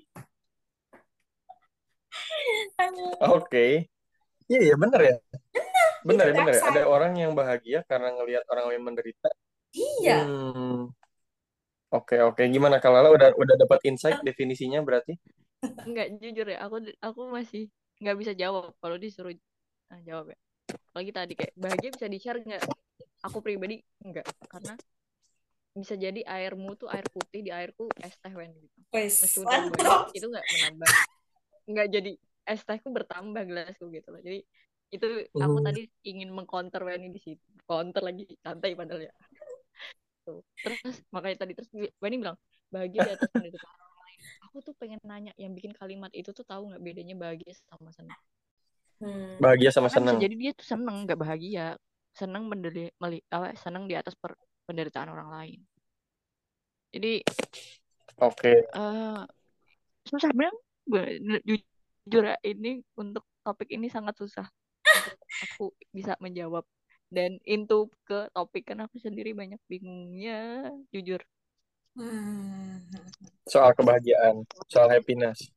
Aduh, Oke. Iya, iya, bener ya. itu Bener ya, dark bener ya. Ada side. orang yang bahagia karena ngelihat orang lain menderita. Iya. Hmm. Oke, oke. Gimana kalau Lala udah udah dapat insight definisinya berarti? Enggak, jujur ya. Aku aku masih nggak bisa jawab kalau disuruh ah, jawab ya. Apalagi tadi kayak bahagia bisa di-share nggak? Aku pribadi enggak. Karena bisa jadi airmu tuh air putih, di airku es teh, Wen, gitu. Wes, Meskipun kamu bahagia, mantap. itu nggak menambah, nggak jadi es tehku bertambah gelasku gitu loh. Jadi itu aku Hmm. tadi ingin mengcounter Weni di situ, counter lagi santai padahal ya. Tuh. Terus makanya tadi terus Weni bilang bahagia di atas penderitaan orang lain. Aku tuh pengen nanya yang bikin kalimat itu tuh tahu nggak bedanya bahagia sama senang? Hmm. Bahagia sama Karena bisa seneng. jadi dia tuh seneng nggak bahagia, seneng menderi, meli, apa, seneng di atas per, penderitaan orang lain. Jadi Oke. eh susah bilang, jujur ya, ini untuk topik ini sangat susah untuk aku bisa menjawab dan into ke topik kan aku sendiri banyak bingungnya jujur. Hmm. Soal kebahagiaan, soal happiness.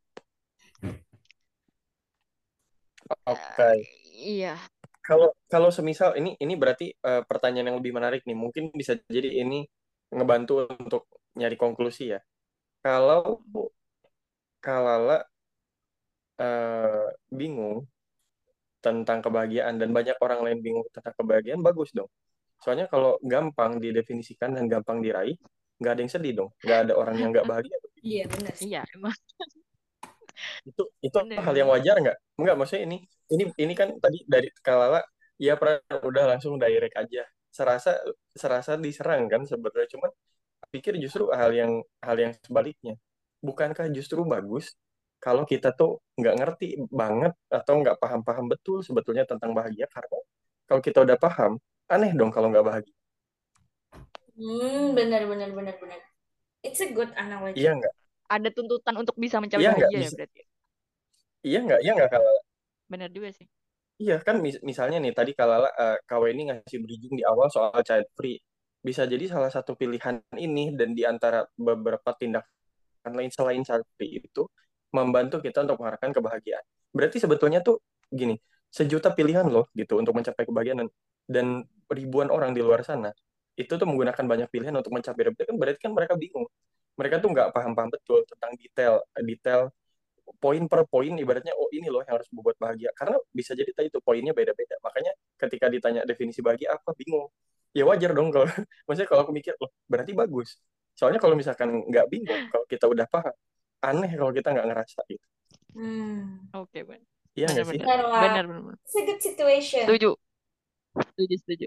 Oke. Eh, iya. Kalau kalau semisal ini ini berarti eh, pertanyaan yang lebih menarik nih. Mungkin bisa jadi ini ngebantu untuk nyari konklusi ya. Kalau Kalala eh, bingung tentang kebahagiaan dan banyak orang lain bingung tentang kebahagiaan, bagus dong. Soalnya kalau gampang didefinisikan dan gampang diraih, nggak ada yang sedih dong. Nggak ada orang yang nggak bahagia. Iya, benar sih. Iya emang Itu itu hal yang bener. wajar nggak? Nggak, maksudnya ini ini ini kan tadi dari Kalala, ya pernah udah langsung direct aja. Serasa serasa diserang kan sebetulnya, cuman pikir justru hal yang hal yang sebaliknya. Bukankah justru bagus kalau kita tuh nggak ngerti banget atau nggak paham-paham betul sebetulnya tentang bahagia, karena kalau kita udah paham, aneh dong kalau nggak bahagia. Hmm, benar, benar, benar, benar. It's a good Iya analogy. nggak? Ada tuntutan untuk bisa mencapai Iya nggak? bahagia ya Bisa. berarti. Iya nggak? Iya nggak kalau Bener juga sih. iya kan mis- misalnya nih tadi Kalala uh, K W ini ngasih bridging di awal soal child free. Bisa jadi salah satu pilihan ini dan di antara beberapa tindakan lain selain child free itu membantu kita untuk mengarahkan kebahagiaan. Berarti sebetulnya tuh gini, sejuta pilihan loh gitu untuk mencapai kebahagiaan dan, dan ribuan orang di luar sana itu tuh menggunakan banyak pilihan untuk mencapai itu kan berarti kan mereka bingung. Mereka tuh nggak paham-paham betul tentang detail detail poin per poin ibaratnya oh ini loh yang harus membuat bahagia karena bisa jadi tadi itu poinnya beda-beda makanya ketika ditanya definisi bahagia apa bingung ya wajar dong kalau maksudnya kalau aku mikir loh berarti bagus soalnya kalau misalkan nggak bingung kalau kita udah paham aneh kalau kita nggak ngerasa gitu Hmm. Oke, bener. iya nggak sih Bener-bener. Benar lah. Bener, bener, bener. It's a good situation. Setuju. Setuju, setuju.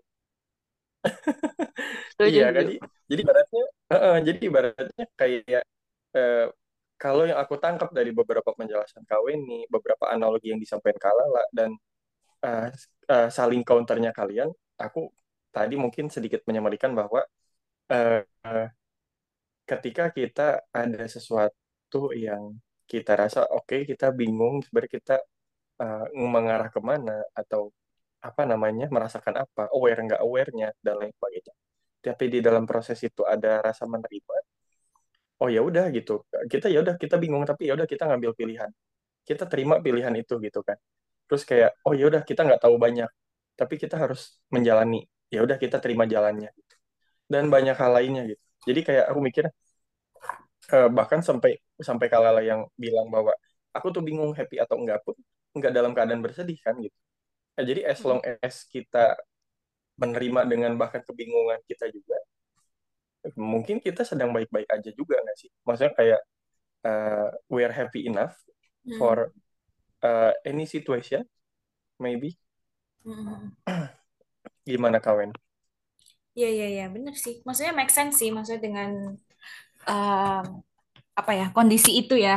Setuju, iya kan setuju. jadi jadi ibaratnya eh, eh, jadi ibaratnya kayak eh, kalau yang aku tangkap dari beberapa penjelasan Kak Weni, beberapa analogi yang disampaikan Kak Lala, dan uh, uh, saling counternya kalian, aku tadi mungkin sedikit menyamarikan bahwa uh, uh, ketika kita ada sesuatu yang kita rasa oke, okay, kita bingung sebenarnya kita uh, mengarah kemana atau apa namanya merasakan apa, aware nggak awarenya dan lain sebagainya. Tapi di dalam proses itu ada rasa menerima. Oh ya udah gitu. Kita ya udah kita bingung tapi ya udah kita ngambil pilihan. Kita terima pilihan itu gitu kan. Terus kayak oh ya udah kita nggak tahu banyak, tapi kita harus menjalani. Ya udah kita terima jalannya. Dan banyak hal lainnya gitu. Jadi kayak aku mikir eh, bahkan sampai sampai Kalala yang bilang bahwa aku tuh bingung happy atau enggak pun enggak dalam keadaan bersedih kan gitu. Eh, jadi as long as kita menerima dengan bahkan kebingungan kita juga, mungkin kita sedang baik-baik aja juga nggak sih? Maksudnya kayak uh, we are happy enough Hmm. for uh, any situation, maybe. Hmm. Gimana kawan? Iya, iya, iya, bener sih. Maksudnya make sense sih. Maksudnya dengan um, apa ya, kondisi itu ya.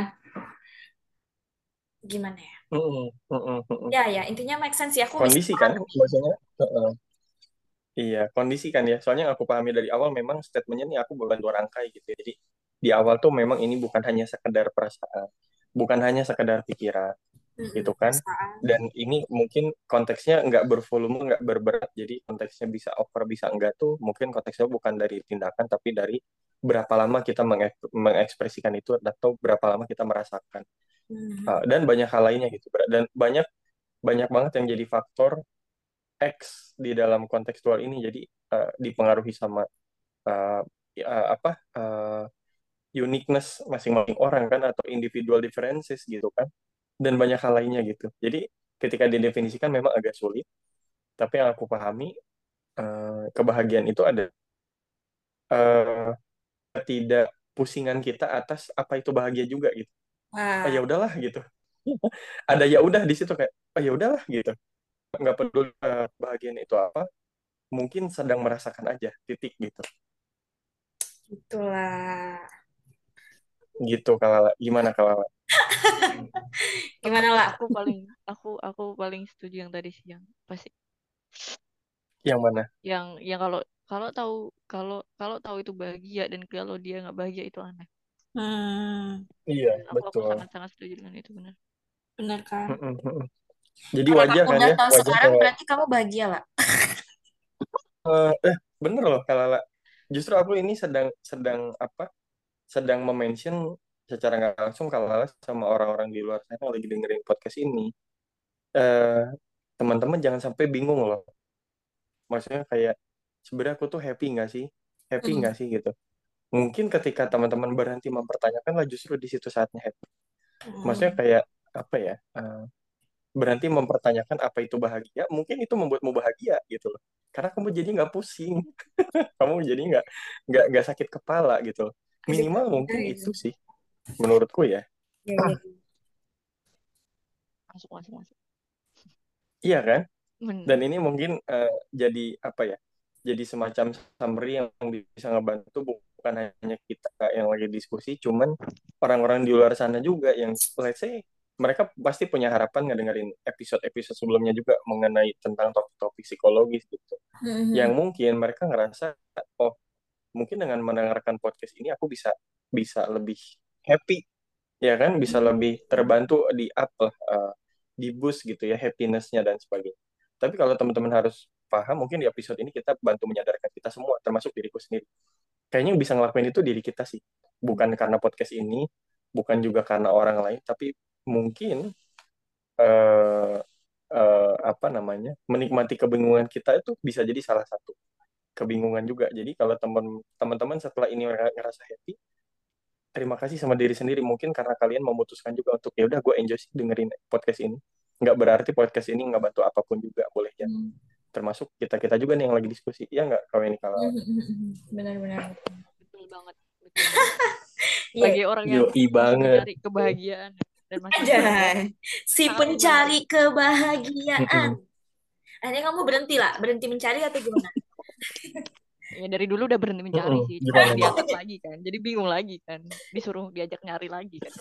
Gimana ya? Mm-mm, mm-mm, mm-mm. Ya, ya, intinya make sense sih. Aku bisa Kondisi kan, pahami. maksudnya. uh-uh. Iya, kondisi kan ya. Soalnya yang aku pahami dari awal memang statementnya nih aku bantu rangkai gitu ya. Jadi di awal tuh memang ini bukan hanya sekedar perasaan, bukan hanya sekedar pikiran Mm-mm, gitu kan. perasaan. Dan ini mungkin konteksnya nggak bervolume, nggak berberat. Jadi konteksnya bisa over, bisa enggak tuh mungkin konteksnya bukan dari tindakan, tapi dari berapa lama kita mengek- mengekspresikan itu atau berapa lama kita merasakan. Uh, Mhm. dan banyak hal lainnya gitu. Dan banyak banyak banget yang jadi faktor X di dalam kontekstual ini. Jadi uh, dipengaruhi sama uh, ya, apa uh, uniqueness masing-masing orang kan atau individual differences gitu kan, dan banyak hal lainnya gitu. Jadi ketika didefinisikan memang agak sulit, tapi yang aku pahami uh, kebahagiaan itu ada uh, tidak pusingan kita atas apa itu bahagia juga gitu. Oh, ya Wah, udahlah gitu. Ada ya udah di situ kayak oh ya udahlah gitu. Nggak peduli uh, kebahagiaan itu apa, mungkin sedang merasakan aja titik gitu. itulah. Gitu kalau gimana kalau Aku Gimana lah? aku paling aku aku paling setuju yang tadi sih yang pasti yang mana? yang yang kalau kalau tahu kalau kalau tahu itu bahagia dan kalau dia nggak bahagia itu aneh. Hmm, Iya, Aku aku betul. sangat sangat setuju dengan itu benar. bener kan? Mm-mm, mm-mm. Jadi Karena wajar kamu kan udah ya, tahu wajar sekarang, kalau berarti kamu bahagia lah. eh eh, bener loh kalau justru aku ini sedang sedang apa? Sedang memention secara nggak langsung kalau sama orang-orang di luar sana yang lagi dengerin podcast ini. Eh, teman-teman jangan sampai bingung loh. Maksudnya kayak sebenarnya aku tuh happy nggak sih? Happy Hmm. nggak sih gitu. Mungkin ketika teman-teman berhenti mempertanyakan lah justru di situ saatnya happy. Maksudnya Hmm. kayak apa ya? eh, berhenti mempertanyakan apa itu bahagia, mungkin itu membuatmu bahagia gitu loh. Karena kamu jadi nggak pusing, kamu jadi nggak nggak nggak sakit kepala gitu loh. Aduh, Minimal bener mungkin itu. itu sih, menurutku ya. Ya, ya. Masuk masuk masuk. Iya kan? Dan Benar. ini mungkin eh, jadi apa ya? Jadi semacam summary yang bisa ngebantu bukan hanya kita yang lagi diskusi, cuman orang-orang di luar sana juga yang let's say mereka pasti punya harapan ngedengerin episode-episode sebelumnya juga mengenai tentang topik-topik psikologis gitu. Yang Hmm. mungkin mereka ngerasa, oh mungkin dengan mendengarkan podcast ini aku bisa bisa lebih happy, ya kan? Bisa lebih terbantu di up lah, eh, di boost gitu ya happiness-nya dan sebagainya. Tapi kalau teman-teman harus paham, mungkin di episode ini kita bantu menyadarkan kita semua, termasuk diriku sendiri. Kayaknya yang bisa ngelakuin itu diri kita sih, bukan karena podcast ini, bukan juga karena orang lain, tapi mungkin eh, eh, apa namanya menikmati kebingungan kita itu bisa jadi salah satu kebingungan juga. Jadi kalau teman teman-teman setelah ini ngerasa happy, terima kasih sama diri sendiri. Mungkin karena kalian memutuskan juga untuk ya udah gue enjoy sih dengerin podcast ini. Nggak berarti podcast ini nggak bantu apapun juga boleh ya. Hmm. Termasuk kita kita juga nih yang lagi diskusi. Iya nggak kalau ini kalau Benar-benar. Betul banget, betul banget. Iya, Bagi orang yang yoi masih banget. mencari kebahagiaan dan masih aja. bahagia, Si sangat membantu. pencari kebahagiaan. Mm-mm. Akhirnya kamu berhenti lah, berhenti mencari atau gimana? Ya dari dulu udah berhenti mencari Mm-mm. sih, cuma Gimana nggak nih? diangkat lagi kan. Jadi bingung lagi kan, disuruh diajak nyari lagi kan.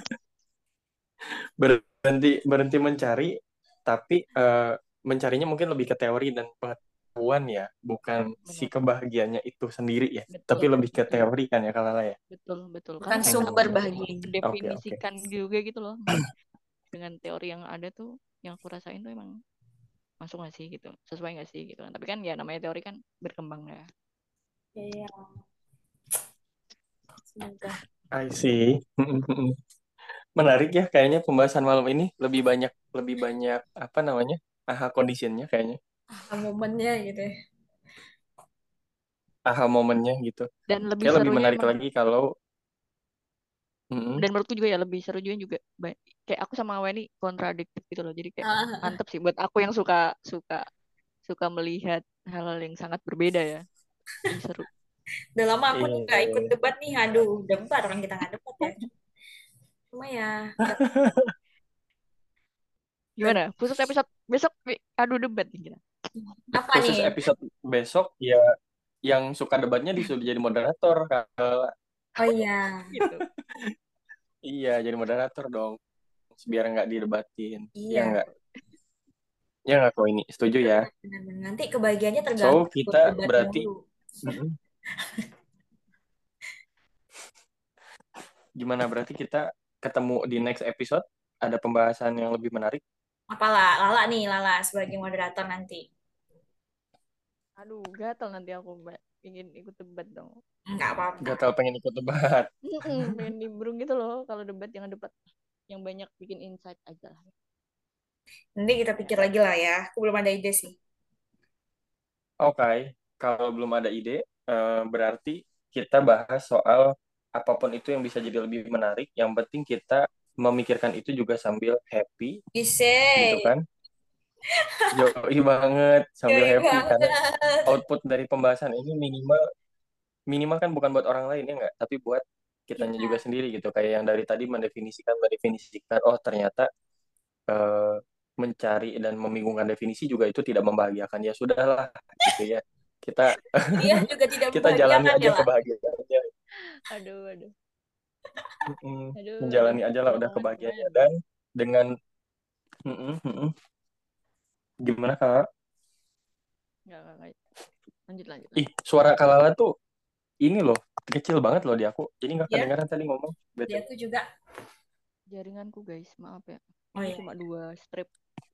Berhenti berhenti mencari, tapi eh, mencarinya mungkin lebih ke teori dan pengetahuan ya, bukan si Benar, kebahagiaannya itu sendiri ya, betul, tapi lebih ke betul, teori kan ya kalau ya. betul, betul. Bukan Karena kayak nggak sumber bisa bahagianya. Oke oke. didefinisikan juga gitu loh. Dengan teori yang ada tuh, yang aku rasain tuh emang masuk nggak sih gitu, sesuai nggak sih gitu kan. Tapi kan ya namanya teori kan berkembang ya. Iya, semoga. I see. Menarik ya kayaknya pembahasan malam ini lebih banyak lebih banyak apa namanya? Aha conditionnya kayaknya. Ah, momennya gitu ya. Aha momennya gitu. Dan lebih Kayak lebih serunya menarik emang, lagi kalau mm, dan menurutku juga ya lebih seru juga juga ba- kayak aku sama Weni kontradiktif gitu loh. Jadi kayak Ah, mantep sih buat aku yang suka suka suka melihat hal-hal yang sangat berbeda ya. Jadi seru. udah lama aku nih iya, nggak iya, ikut iya. debat nih. Aduh, debat orang kita nggak debat ya. Cuma ya, udah Gimana? Khusus episode besok wi- adu debat nih kita. apa Khusus nih? episode besok ya yang suka debatnya disuruh jadi moderator Kak. Oh iya, Gitu. Iya, jadi moderator dong. Biar nggak didebatin. Ya iya. nggak? Ya nggak kok ini. Setuju ya. Benar-benar. Nanti kebagiannya So, tergantung ikut kita debatnya berarti mulu. mm-mm. Gimana berarti kita ketemu di next episode? Ada pembahasan yang lebih menarik? Apalah, Lala nih, Lala sebagai moderator nanti. Aduh, gatel nanti aku Mbak. Ingin ikut debat dong. Nggak apa-apa. Gatal pengen ikut debat. Mm-mm, pengen nimbrung gitu loh kalau debat yang debat yang banyak bikin insight aja lah. Nanti kita pikir lagi lah ya. Aku belum ada ide sih. Oke, kalau belum ada ide, eh, berarti kita bahas soal apapun itu yang bisa jadi lebih menarik. Yang penting kita memikirkan itu juga sambil happy, Bisa. gitu kan? Yoi banget, sambil Yoi happy karena banget. output dari pembahasan ini minimal minimal kan bukan buat orang lain ya nggak, tapi buat kitanya juga Kita. sendiri gitu. Kayak yang dari tadi mendefinisikan mendefinisikan, oh ternyata eh, mencari dan membingungkan definisi juga itu tidak membahagiakan. Ya sudahlah, gitu ya. Kita Kuliah juga tidak kita jalani membahagiakan ya aja lah. kebahagiaannya. Aduh, aduh. Mm-mm. Aduh, aduh. Menjalani aja lah udah Omongan kebahagiaannya keren. dan dengan mm-mm, mm-mm. Gimana Kak? Enggak, enggak, enggak. Lanjut, lanjut, Ih, lanjut. suara Kalala tuh ini loh, kecil banget loh di aku. Jadi nggak Ya, kedengaran tadi ngomong. dia Betul. tuh juga. Jaringanku guys, maaf ya. Oh Ini ya, cuma dua strip.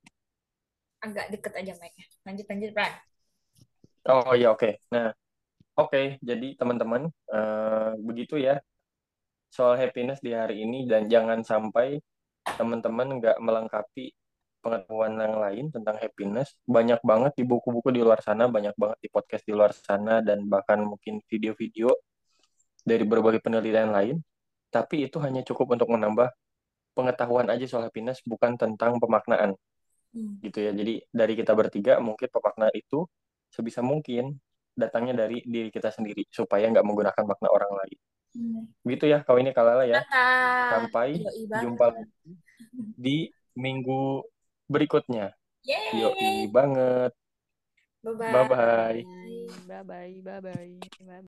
agak deket aja mic-nya. Lanjut, lanjut, Bran. Oh iya oke. Nah, oke. Jadi teman-teman eh, begitu ya soal happiness di hari ini dan jangan sampai teman-teman nggak melengkapi pengetahuan yang lain tentang happiness. Banyak banget di buku-buku di luar sana, banyak banget di podcast di luar sana dan bahkan mungkin video-video dari berbagai penelitian lain. Tapi itu hanya cukup untuk menambah pengetahuan aja soal happiness, bukan tentang pemaknaan. Hmm. Gitu ya. Jadi dari kita bertiga mungkin pemaknaan itu sebisa mungkin datangnya dari diri kita sendiri supaya nggak menggunakan makna orang lain. Hmm. Begitu ya kau ini Kalala ya. Nah, Sampai yoi jumpa banget. di minggu berikutnya. Yoi Yeay. banget. Bye bye. Bye-bye. Bye bye, bye bye, bye bye.